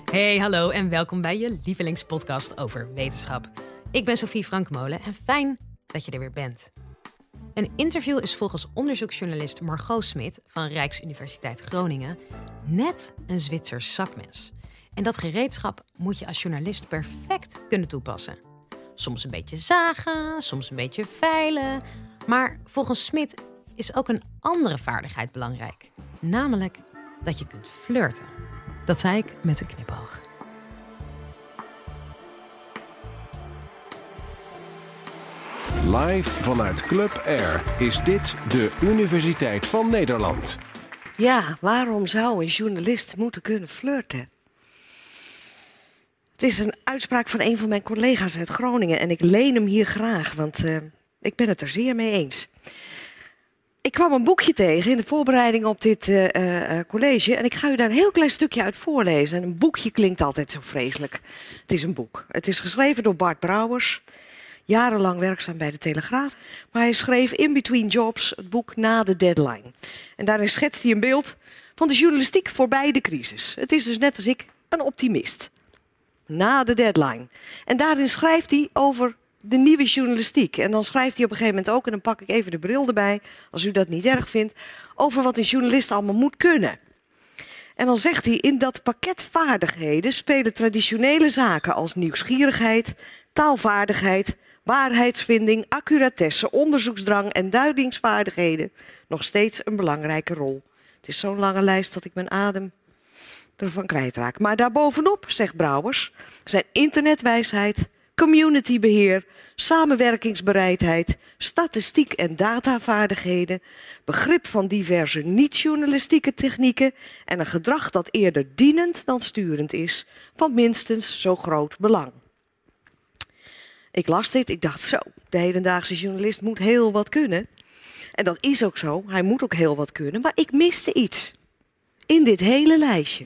Hey, hallo en welkom bij je lievelingspodcast over wetenschap. Ik ben Sophie Frankmolen en fijn dat je er weer bent. Een interview is volgens onderzoeksjournalist Margot Smit van Rijksuniversiteit Groningen net een Zwitsers zakmes. En dat gereedschap moet je als journalist perfect kunnen toepassen. Soms een beetje zagen, soms een beetje veilen. Maar volgens Smit is ook een andere vaardigheid belangrijk. Namelijk dat je kunt flirten. Dat zei ik met een knipoog. Live vanuit Club Air is dit de Universiteit van Nederland. Ja, waarom zou een journalist moeten kunnen flirten? Het is een uitspraak van een van mijn collega's uit Groningen en ik leen hem hier graag, want ik ben het er zeer mee eens. Ik kwam een boekje tegen in de voorbereiding op dit college en ik ga u daar een heel klein stukje uit voorlezen. En een boekje klinkt altijd zo vreselijk. Het is een boek. Het is geschreven door Bart Brouwers, jarenlang werkzaam bij de Telegraaf. Maar hij schreef In Between Jobs het boek Na de Deadline. En daarin schetst hij een beeld van de journalistiek voorbij de crisis. Het is dus net als ik een optimist. Na de deadline. En daarin schrijft hij over de nieuwe journalistiek. En dan schrijft hij op een gegeven moment ook, en dan pak ik even de bril erbij, als u dat niet erg vindt, over wat een journalist allemaal moet kunnen. En dan zegt hij, in dat pakket vaardigheden spelen traditionele zaken als nieuwsgierigheid, taalvaardigheid, waarheidsvinding, accuratesse, onderzoeksdrang en duidingsvaardigheden nog steeds een belangrijke rol. Het is zo'n lange lijst dat ik mijn adem ervan kwijtraak. Maar daarbovenop, zegt Brouwers, zijn internetwijsheid, communitybeheer, samenwerkingsbereidheid, statistiek en datavaardigheden, begrip van diverse niet-journalistieke technieken en een gedrag dat eerder dienend dan sturend is, van minstens zo groot belang. Ik las dit, ik dacht zo, de hedendaagse journalist moet heel wat kunnen. En dat is ook zo, hij moet ook heel wat kunnen, maar ik miste iets in dit hele lijstje.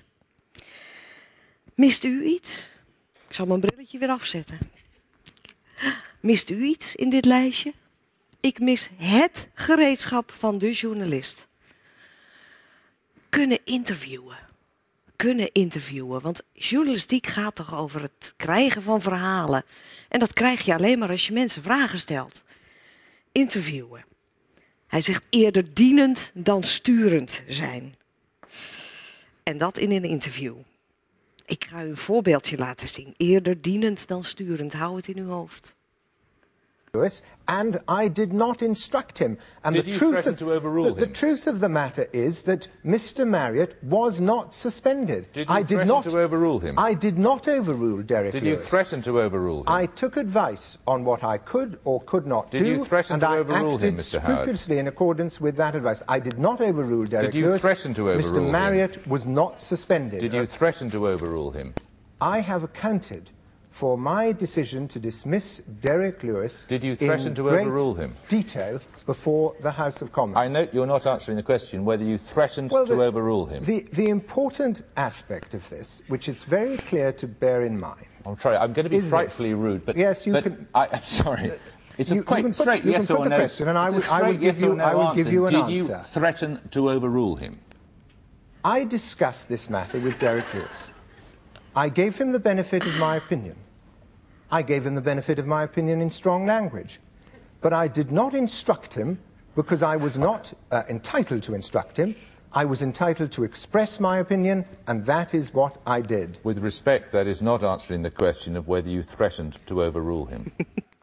Mist u iets? Ik zal mijn brilletje weer afzetten. Mist u iets in dit lijstje? Ik mis het gereedschap van de journalist. Kunnen interviewen. Want journalistiek gaat toch over het krijgen van verhalen. En dat krijg je alleen maar als je mensen vragen stelt. Interviewen. Hij zegt eerder dienend dan sturend zijn. En dat in een interview. Ik ga u een voorbeeldje laten zien. Eerder dienend dan sturend. Hou het in uw hoofd. And I did not instruct him. And did you threaten to overrule him? The truth of the matter is that Mr. Marriott was not suspended. Did you threaten to overrule him? I did not overrule Derek Lewis. Did you threaten to overrule him? I took advice on what I could or could not do. Did you threaten to overrule him, Mr. And I acted Howard? scrupulously in accordance with that advice. I did not overrule Derek Lewis. Did you threaten to overrule him? Mr. Marriott was not suspended. Did you threaten to overrule him? I have accounted for my decision to dismiss Derek Lewis. Did you threaten to overrule him? Detail before the House of Commons. I note you're not answering the question whether you threatened to overrule him. The important aspect of this, which it's very clear to bear in mind. I'm sorry, I'm going to be frightfully rude, but yes, you but can. I'm sorry. It's a quick, straight yes or no. Question, and I will give you an answer. Did you threaten to overrule him? I discussed this matter with Derek Lewis. I gave him the benefit of my opinion. I gave him the benefit of my opinion in strong language. But I did not instruct him because I was not entitled to instruct him. I was entitled to express my opinion, and that is what I did. With respect, that is not answering the question of whether you threatened to overrule him.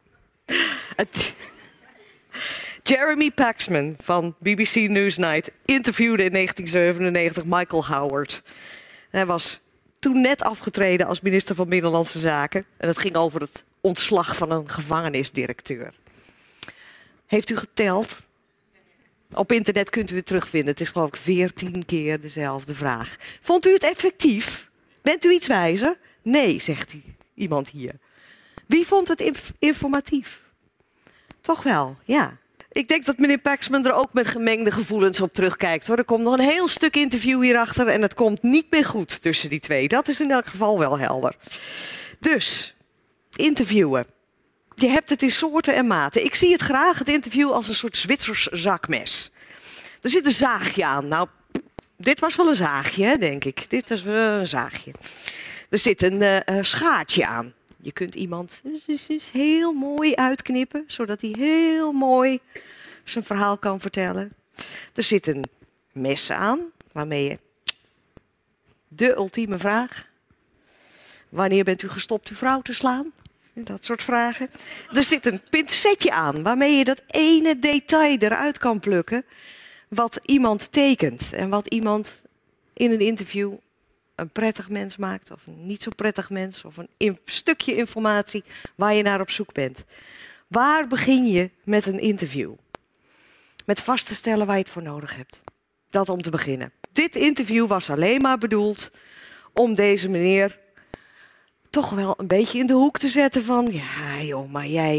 Jeremy Paxman van BBC Newsnight interviewde in 1997 Michael Howard. Hij was toen net afgetreden als minister van Binnenlandse Zaken. En het ging over het ontslag van een gevangenisdirecteur. Heeft u geteld? Op internet kunt u het terugvinden. Het is geloof ik 14 keer dezelfde vraag. Vond u het effectief? Bent u iets wijzer? Nee, zegt iemand hier. Wie vond het informatief? Toch wel, ja. Ik denk dat meneer Paxman er ook met gemengde gevoelens op terugkijkt, hoor. Er komt nog een heel stuk interview hierachter en het komt niet meer goed tussen die twee. Dat is in elk geval wel helder. Dus, interviewen. Je hebt het in soorten en maten. Ik zie het graag, het interview, als een soort Zwitsers zakmes. Er zit een zaagje aan. Nou, dit was wel een zaagje, hè, denk ik. Dit is wel een zaagje. Er zit een schaartje aan. Je kunt iemand dus heel mooi uitknippen, zodat hij heel mooi zijn verhaal kan vertellen. Er zit een mes aan, waarmee je de ultieme vraag. Wanneer bent u gestopt uw vrouw te slaan? Dat soort vragen. Er zit een pincetje aan, waarmee je dat ene detail eruit kan plukken. Wat iemand tekent en wat iemand in een interview een prettig mens maakt. Of een niet zo prettig mens. Of een stukje informatie waar je naar op zoek bent. Waar begin je met een interview? Met vast te stellen waar je het voor nodig hebt. Dat om te beginnen. Dit interview was alleen maar bedoeld om deze meneer toch wel een beetje in de hoek te zetten van... Ja joh, maar jij...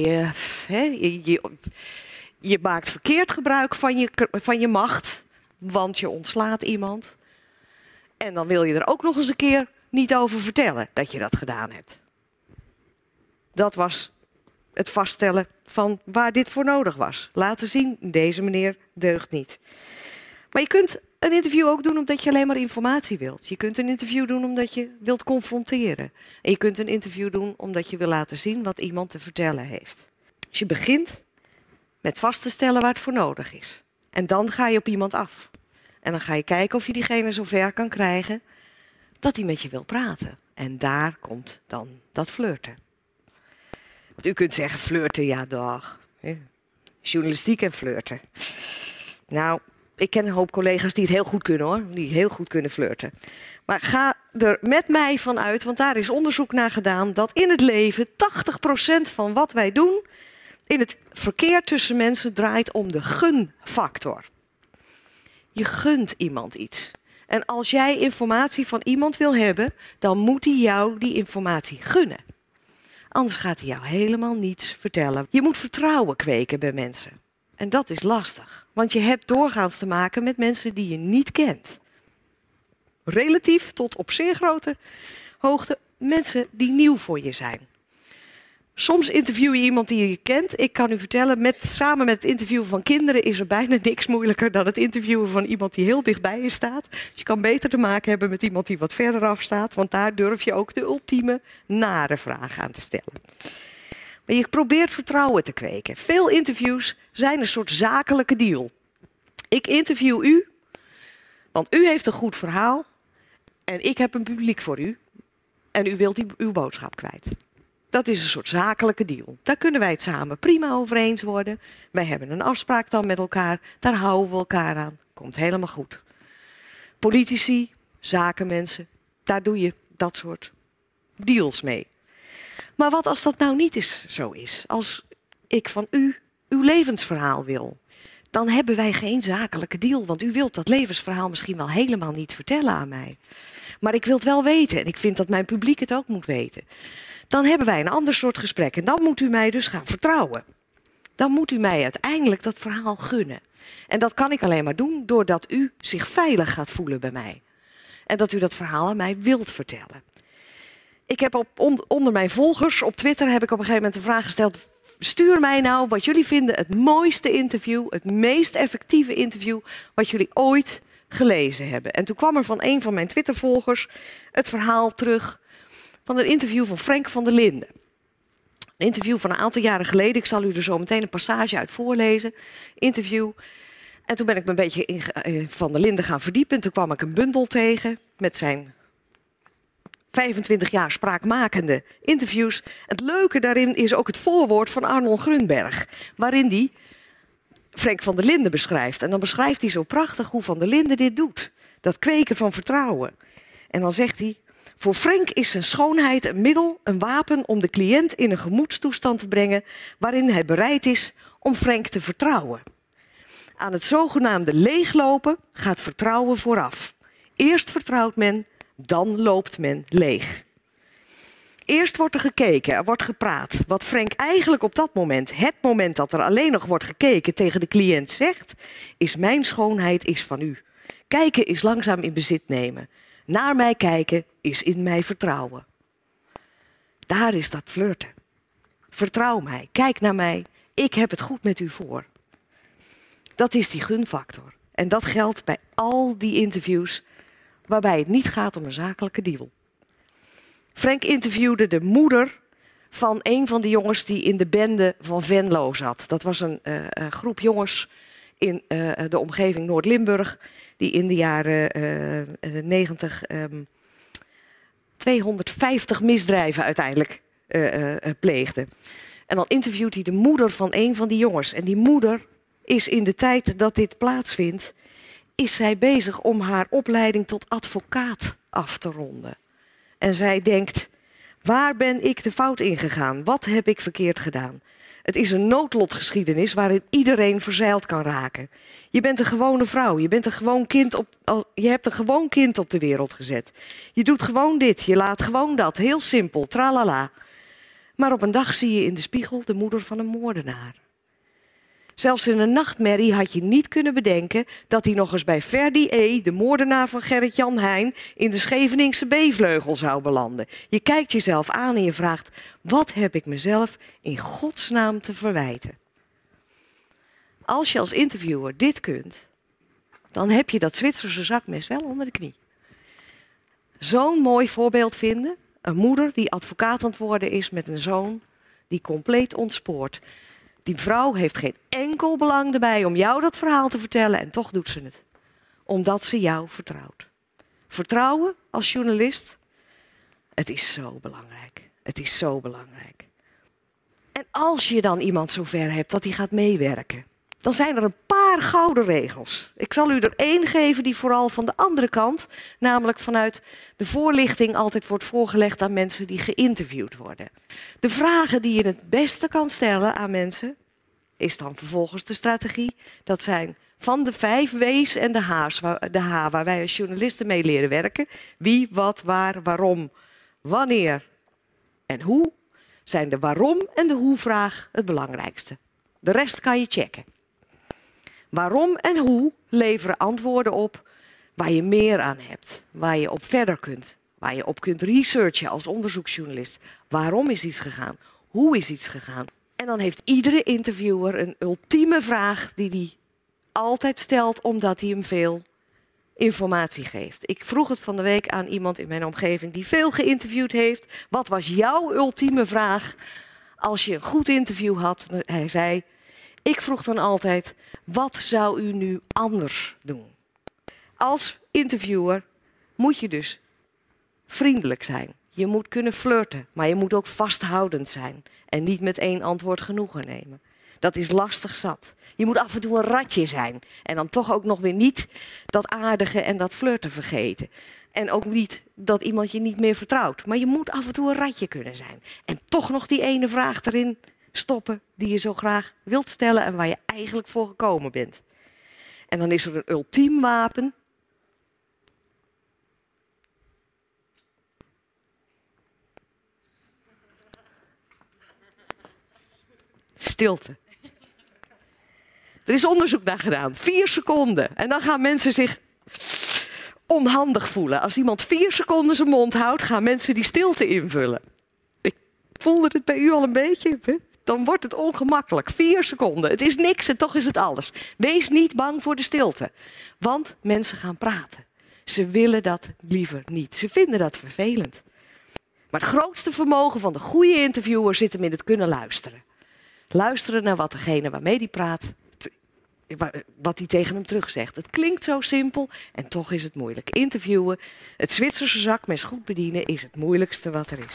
Je maakt verkeerd gebruik van je macht, want je ontslaat iemand. En dan wil je er ook nog eens een keer niet over vertellen dat je dat gedaan hebt. Dat was het vaststellen van waar dit voor nodig was. Laten zien, deze meneer deugt niet. Maar je kunt een interview ook doen omdat je alleen maar informatie wilt. Je kunt een interview doen omdat je wilt confronteren. En je kunt een interview doen omdat je wil laten zien wat iemand te vertellen heeft. Dus je begint met vast te stellen waar het voor nodig is. En dan ga je op iemand af. En dan ga je kijken of je diegene zover kan krijgen dat hij met je wil praten. En daar komt dan dat flirten. Want u kunt zeggen flirten, ja dag. Journalistiek en flirten. Nou, ik ken een hoop collega's die het heel goed kunnen hoor. Die heel goed kunnen flirten. Maar ga er met mij van uit, want daar is onderzoek naar gedaan, dat in het leven 80% van wat wij doen in het verkeer tussen mensen draait om de gunfactor. Je gunt iemand iets. En als jij informatie van iemand wil hebben, dan moet hij jou die informatie gunnen. Anders gaat hij jou helemaal niets vertellen. Je moet vertrouwen kweken bij mensen. En dat is lastig, want je hebt doorgaans te maken met mensen die je niet kent. Relatief tot op zeer grote hoogte mensen die nieuw voor je zijn. Soms interview je iemand die je kent. Ik kan u vertellen, samen met het interviewen van kinderen is er bijna niks moeilijker dan het interviewen van iemand die heel dichtbij je staat. Dus je kan beter te maken hebben met iemand die wat verder af staat, want daar durf je ook de ultieme nare vraag aan te stellen. Maar je probeert vertrouwen te kweken. Veel interviews zijn een soort zakelijke deal. Ik interview u, want u heeft een goed verhaal en ik heb een publiek voor u en u wilt uw boodschap kwijt. Dat is een soort zakelijke deal. Daar kunnen wij het samen prima over eens worden. Wij hebben een afspraak dan met elkaar. Daar houden we elkaar aan. Komt helemaal goed. Politici, zakenmensen, daar doe je dat soort deals mee. Maar wat als dat nou niet eens zo is? Als ik van u uw levensverhaal wil, dan hebben wij geen zakelijke deal. Want u wilt dat levensverhaal misschien wel helemaal niet vertellen aan mij. Maar ik wil het wel weten en ik vind dat mijn publiek het ook moet weten. Dan hebben wij een ander soort gesprek en dan moet u mij dus gaan vertrouwen. Dan moet u mij uiteindelijk dat verhaal gunnen. En dat kan ik alleen maar doen doordat u zich veilig gaat voelen bij mij. En dat u dat verhaal aan mij wilt vertellen. Ik heb onder mijn volgers op Twitter heb ik op een gegeven moment een vraag gesteld. Stuur mij nou wat jullie vinden het mooiste interview, het meest effectieve interview wat jullie ooit gelezen hebben. En toen kwam er van een van mijn Twittervolgers het verhaal terug van een interview van Frank van der Linden. Een interview van een aantal jaren geleden. Ik zal u er zo meteen een passage uit voorlezen. Interview. En toen ben ik me een beetje in Van der Linden gaan verdiepen. En toen kwam ik een bundel tegen met zijn 25 jaar spraakmakende interviews. Het leuke daarin is ook het voorwoord van Arnold Grunberg, waarin hij Frank van der Linden beschrijft. En dan beschrijft hij zo prachtig hoe Van der Linden dit doet. Dat kweken van vertrouwen. En dan zegt hij: voor Frank is zijn schoonheid een middel, een wapen om de cliënt in een gemoedstoestand te brengen waarin hij bereid is om Frank te vertrouwen. Aan het zogenaamde leeglopen gaat vertrouwen vooraf. Eerst vertrouwt men, dan loopt men leeg. Eerst wordt er gekeken, er wordt gepraat. Wat Frank eigenlijk op dat moment, het moment dat er alleen nog wordt gekeken, tegen de cliënt zegt, is: mijn schoonheid is van u. Kijken is langzaam in bezit nemen. Naar mij kijken is in mij vertrouwen. Daar is dat flirten. Vertrouw mij, kijk naar mij, ik heb het goed met u voor. Dat is die gunfactor. En dat geldt bij al die interviews waarbij het niet gaat om een zakelijke deal. Frank interviewde de moeder van een van de jongens die in de bende van Venlo zat. Dat was een groep jongens in de omgeving Noord-Limburg die in de jaren 90 250 misdrijven uiteindelijk pleegde. En dan interviewt hij de moeder van een van die jongens. En die moeder is in de tijd dat dit plaatsvindt, is zij bezig om haar opleiding tot advocaat af te ronden. En zij denkt, waar ben ik de fout ingegaan? Wat heb ik verkeerd gedaan? Het is een noodlotgeschiedenis waarin iedereen verzeild kan raken. Je bent een gewone vrouw, je hebt een gewoon kind op de wereld gezet. Je doet gewoon dit, je laat gewoon dat, heel simpel, tralala. Maar op een dag zie je in de spiegel de moeder van een moordenaar. Zelfs in een nachtmerrie had je niet kunnen bedenken dat hij nog eens bij Ferdi E., de moordenaar van Gerrit-Jan Heijn, in de Scheveningse B-vleugel zou belanden. Je kijkt jezelf aan en je vraagt, wat heb ik mezelf in godsnaam te verwijten? Als je als interviewer dit kunt, dan heb je dat Zwitserse zakmes wel onder de knie. Zo'n mooi voorbeeld vinden, een moeder die advocaat aan het worden is met een zoon die compleet ontspoort. Die vrouw heeft geen enkel belang erbij om jou dat verhaal te vertellen en toch doet ze het. Omdat ze jou vertrouwt. Vertrouwen als journalist, het is zo belangrijk. Het is zo belangrijk. En als je dan iemand zover hebt dat hij gaat meewerken, dan zijn er een paar gouden regels. Ik zal u er één geven die vooral van de andere kant, namelijk vanuit de voorlichting, altijd wordt voorgelegd aan mensen die geïnterviewd worden. De vragen die je het beste kan stellen aan mensen, is dan vervolgens de strategie. Dat zijn van de 5 W's en de H, waar wij als journalisten mee leren werken. Wie, wat, waar, waarom, wanneer en hoe, zijn de waarom en de hoe-vraag het belangrijkste. De rest kan je checken. Waarom en hoe leveren antwoorden op waar je meer aan hebt, waar je op verder kunt, waar je op kunt researchen als onderzoeksjournalist. Waarom is iets gegaan? Hoe is iets gegaan? En dan heeft iedere interviewer een ultieme vraag die hij altijd stelt, omdat hij hem veel informatie geeft. Ik vroeg het van de week aan iemand in mijn omgeving die veel geïnterviewd heeft. Wat was jouw ultieme vraag als je een goed interview had? Hij zei, ik vroeg dan altijd, wat zou u nu anders doen? Als interviewer moet je dus vriendelijk zijn. Je moet kunnen flirten, maar je moet ook vasthoudend zijn. En niet met 1 antwoord genoegen nemen. Dat is lastig zat. Je moet af en toe een ratje zijn. En dan toch ook nog weer niet dat aardige en dat flirten vergeten. En ook niet dat iemand je niet meer vertrouwt. Maar je moet af en toe een ratje kunnen zijn. En toch nog die ene vraag erin stoppen die je zo graag wilt stellen en waar je eigenlijk voor gekomen bent. En dan is er een ultiem wapen. Stilte. Er is onderzoek naar gedaan. 4 seconden. En dan gaan mensen zich onhandig voelen. Als iemand 4 seconden zijn mond houdt, gaan mensen die stilte invullen. Ik voelde het bij u al een beetje. Hè? Dan wordt het ongemakkelijk. 4 seconden. Het is niks en toch is het alles. Wees niet bang voor de stilte. Want mensen gaan praten. Ze willen dat liever niet. Ze vinden dat vervelend. Maar het grootste vermogen van de goede interviewer zit hem in het kunnen luisteren. Luisteren naar wat degene waarmee die praat, wat hij tegen hem terugzegt. Het klinkt zo simpel en toch is het moeilijk. Interviewen, het Zwitserse zakmes goed bedienen is het moeilijkste wat er is.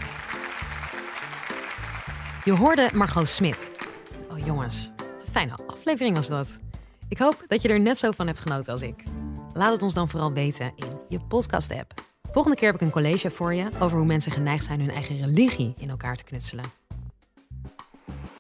Je hoorde Margot Smit. Oh jongens, wat een fijne aflevering was dat. Ik hoop dat je er net zo van hebt genoten als ik. Laat het ons dan vooral weten in je podcast-app. Volgende keer heb ik een college voor je over hoe mensen geneigd zijn hun eigen religie in elkaar te knutselen.